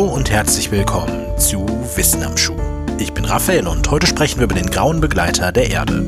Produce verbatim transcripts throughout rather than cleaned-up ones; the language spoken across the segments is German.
Hallo und herzlich willkommen zu Wissen am Schuh. Ich bin Raphael und heute sprechen wir über den grauen Begleiter der Erde.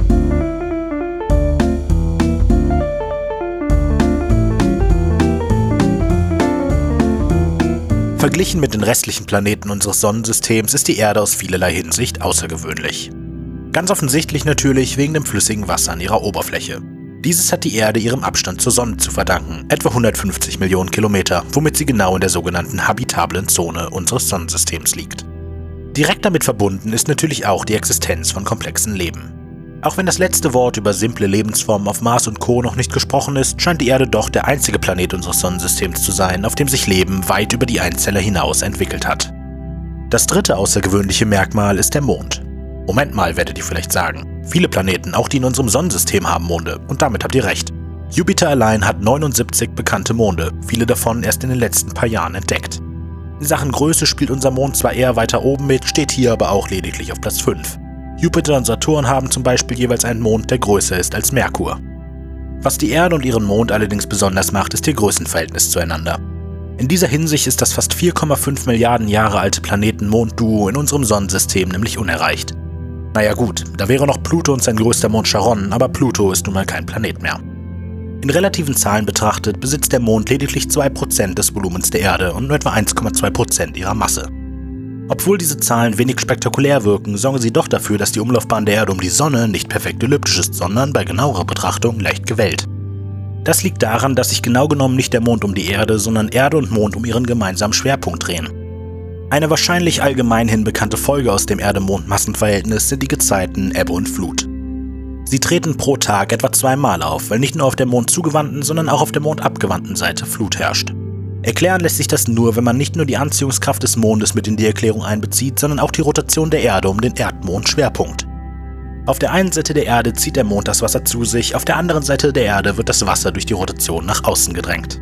Verglichen mit den restlichen Planeten unseres Sonnensystems ist die Erde aus vielerlei Hinsicht außergewöhnlich. Ganz offensichtlich natürlich wegen dem flüssigen Wasser an ihrer Oberfläche. Dieses hat die Erde ihrem Abstand zur Sonne zu verdanken, etwa hundertfünfzig Millionen Kilometer, womit sie genau in der sogenannten habitablen Zone unseres Sonnensystems liegt. Direkt damit verbunden ist natürlich auch die Existenz von komplexem Leben. Auch wenn das letzte Wort über simple Lebensformen auf Mars und Co. noch nicht gesprochen ist, scheint die Erde doch der einzige Planet unseres Sonnensystems zu sein, auf dem sich Leben weit über die Einzeller hinaus entwickelt hat. Das dritte außergewöhnliche Merkmal ist der Mond. Moment mal, werdet ihr vielleicht sagen. Viele Planeten, auch die in unserem Sonnensystem, haben Monde, und damit habt ihr recht. Jupiter allein hat neunundsiebzig bekannte Monde, viele davon erst in den letzten paar Jahren entdeckt. In Sachen Größe spielt unser Mond zwar eher weiter oben mit, steht hier aber auch lediglich auf Platz fünf. Jupiter und Saturn haben zum Beispiel jeweils einen Mond, der größer ist als Merkur. Was die Erde und ihren Mond allerdings besonders macht, ist ihr Größenverhältnis zueinander. In dieser Hinsicht ist das fast vier Komma fünf Milliarden Jahre alte Planeten-Mond-Duo in unserem Sonnensystem nämlich unerreicht. Naja gut, da wäre noch Pluto und sein größter Mond Charon, aber Pluto ist nun mal kein Planet mehr. In relativen Zahlen betrachtet besitzt der Mond lediglich zwei Prozent des Volumens der Erde und nur etwa eins Komma zwei Prozent ihrer Masse. Obwohl diese Zahlen wenig spektakulär wirken, sorgen sie doch dafür, dass die Umlaufbahn der Erde um die Sonne nicht perfekt elliptisch ist, sondern bei genauerer Betrachtung leicht gewellt. Das liegt daran, dass sich genau genommen nicht der Mond um die Erde, sondern Erde und Mond um ihren gemeinsamen Schwerpunkt drehen. Eine wahrscheinlich allgemeinhin bekannte Folge aus dem Erde-Mond-Massenverhältnis sind die Gezeiten Ebbe und Flut. Sie treten pro Tag etwa zweimal auf, weil nicht nur auf der mondzugewandten, sondern auch auf der mondabgewandten Seite Flut herrscht. Erklären lässt sich das nur, wenn man nicht nur die Anziehungskraft des Mondes mit in die Erklärung einbezieht, sondern auch die Rotation der Erde um den Erdmond-Schwerpunkt. Auf der einen Seite der Erde zieht der Mond das Wasser zu sich, auf der anderen Seite der Erde wird das Wasser durch die Rotation nach außen gedrängt.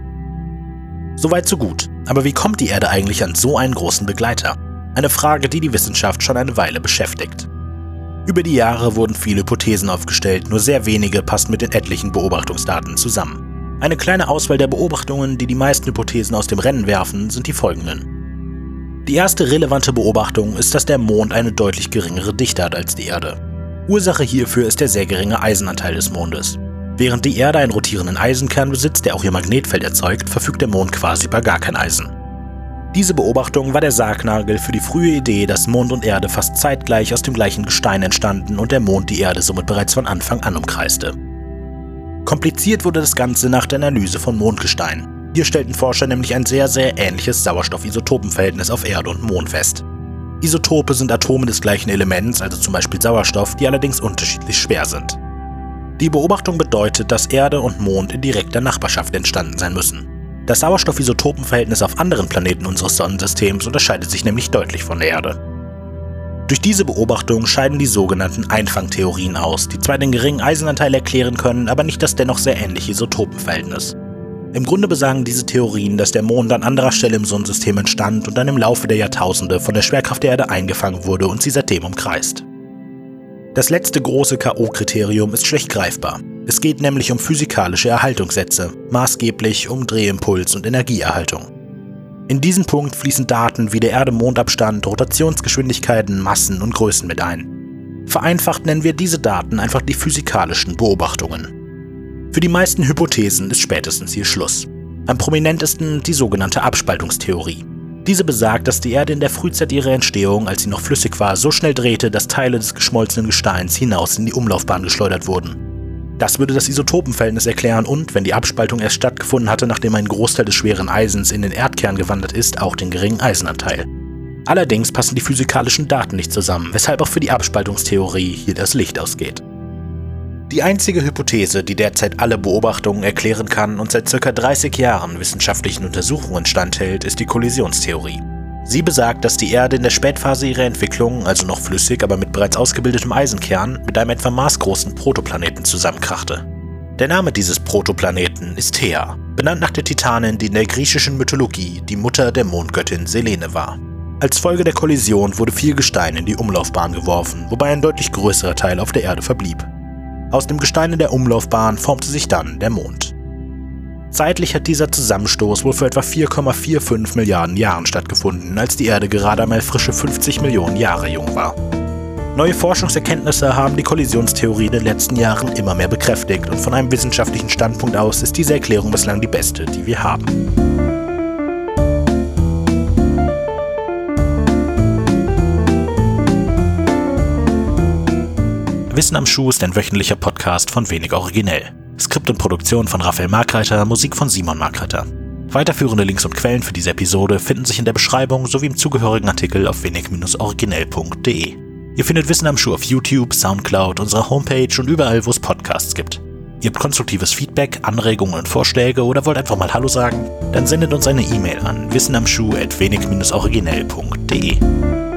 Soweit so gut. Aber wie kommt die Erde eigentlich an so einen großen Begleiter? Eine Frage, die die Wissenschaft schon eine Weile beschäftigt. Über die Jahre wurden viele Hypothesen aufgestellt, nur sehr wenige passen mit den etlichen Beobachtungsdaten zusammen. Eine kleine Auswahl der Beobachtungen, die die meisten Hypothesen aus dem Rennen werfen, sind die folgenden. Die erste relevante Beobachtung ist, dass der Mond eine deutlich geringere Dichte hat als die Erde. Ursache hierfür ist der sehr geringe Eisenanteil des Mondes. Während die Erde einen rotierenden Eisenkern besitzt, der auch ihr Magnetfeld erzeugt, verfügt der Mond quasi über gar kein Eisen. Diese Beobachtung war der Sargnagel für die frühe Idee, dass Mond und Erde fast zeitgleich aus dem gleichen Gestein entstanden und der Mond die Erde somit bereits von Anfang an umkreiste. Kompliziert wurde das Ganze nach der Analyse von Mondgestein. Hier stellten Forscher nämlich ein sehr, sehr ähnliches Sauerstoff-Isotopenverhältnis auf Erde und Mond fest. Isotope sind Atome des gleichen Elements, also zum Beispiel Sauerstoff, die allerdings unterschiedlich schwer sind. Die Beobachtung bedeutet, dass Erde und Mond in direkter Nachbarschaft entstanden sein müssen. Das Sauerstoff-Isotopenverhältnis auf anderen Planeten unseres Sonnensystems unterscheidet sich nämlich deutlich von der Erde. Durch diese Beobachtung scheiden die sogenannten Einfangtheorien aus, die zwar den geringen Eisenanteil erklären können, aber nicht das dennoch sehr ähnliche Isotopenverhältnis. Im Grunde besagen diese Theorien, dass der Mond an anderer Stelle im Sonnensystem entstand und dann im Laufe der Jahrtausende von der Schwerkraft der Erde eingefangen wurde und sie seitdem umkreist. Das letzte große K O-Kriterium ist schlecht greifbar. Es geht nämlich um physikalische Erhaltungssätze, maßgeblich um Drehimpuls und Energieerhaltung. In diesen Punkt fließen Daten wie der Erde-Mond-Abstand, Rotationsgeschwindigkeiten, Massen und Größen mit ein. Vereinfacht nennen wir diese Daten einfach die physikalischen Beobachtungen. Für die meisten Hypothesen ist spätestens hier Schluss. Am prominentesten die sogenannte Abspaltungstheorie. Diese besagt, dass die Erde in der Frühzeit ihrer Entstehung, als sie noch flüssig war, so schnell drehte, dass Teile des geschmolzenen Gesteins hinaus in die Umlaufbahn geschleudert wurden. Das würde das Isotopenverhältnis erklären und, wenn die Abspaltung erst stattgefunden hatte, nachdem ein Großteil des schweren Eisens in den Erdkern gewandert ist, auch den geringen Eisenanteil. Allerdings passen die physikalischen Daten nicht zusammen, weshalb auch für die Abspaltungstheorie hier das Licht ausgeht. Die einzige Hypothese, die derzeit alle Beobachtungen erklären kann und seit ca. dreißig Jahren wissenschaftlichen Untersuchungen standhält, ist die Kollisionstheorie. Sie besagt, dass die Erde in der Spätphase ihrer Entwicklung, also noch flüssig, aber mit bereits ausgebildetem Eisenkern, mit einem etwa maßgroßen Protoplaneten zusammenkrachte. Der Name dieses Protoplaneten ist Thea, benannt nach der Titanin, die in der griechischen Mythologie die Mutter der Mondgöttin Selene war. Als Folge der Kollision wurde viel Gestein in die Umlaufbahn geworfen, wobei ein deutlich größerer Teil auf der Erde verblieb. Aus dem Gestein in der Umlaufbahn formte sich dann der Mond. Zeitlich hat dieser Zusammenstoß wohl vor etwa vier Komma fünfundvierzig Milliarden Jahren stattgefunden, als die Erde gerade einmal frische fünfzig Millionen Jahre jung war. Neue Forschungserkenntnisse haben die Kollisionstheorie in den letzten Jahren immer mehr bekräftigt und von einem wissenschaftlichen Standpunkt aus ist diese Erklärung bislang die beste, die wir haben. Wissen am Schuh ist ein wöchentlicher Podcast von Wenig Originell. Skript und Produktion von Raphael Markreiter, Musik von Simon Markreiter. Weiterführende Links und Quellen für diese Episode finden sich in der Beschreibung sowie im zugehörigen Artikel auf wenig originell punkt de. Ihr findet Wissen am Schuh auf YouTube, Soundcloud, unserer Homepage und überall, wo es Podcasts gibt. Ihr habt konstruktives Feedback, Anregungen und Vorschläge oder wollt einfach mal Hallo sagen? Dann sendet uns eine E-Mail an wissenamschuh at wenig originell punkt de.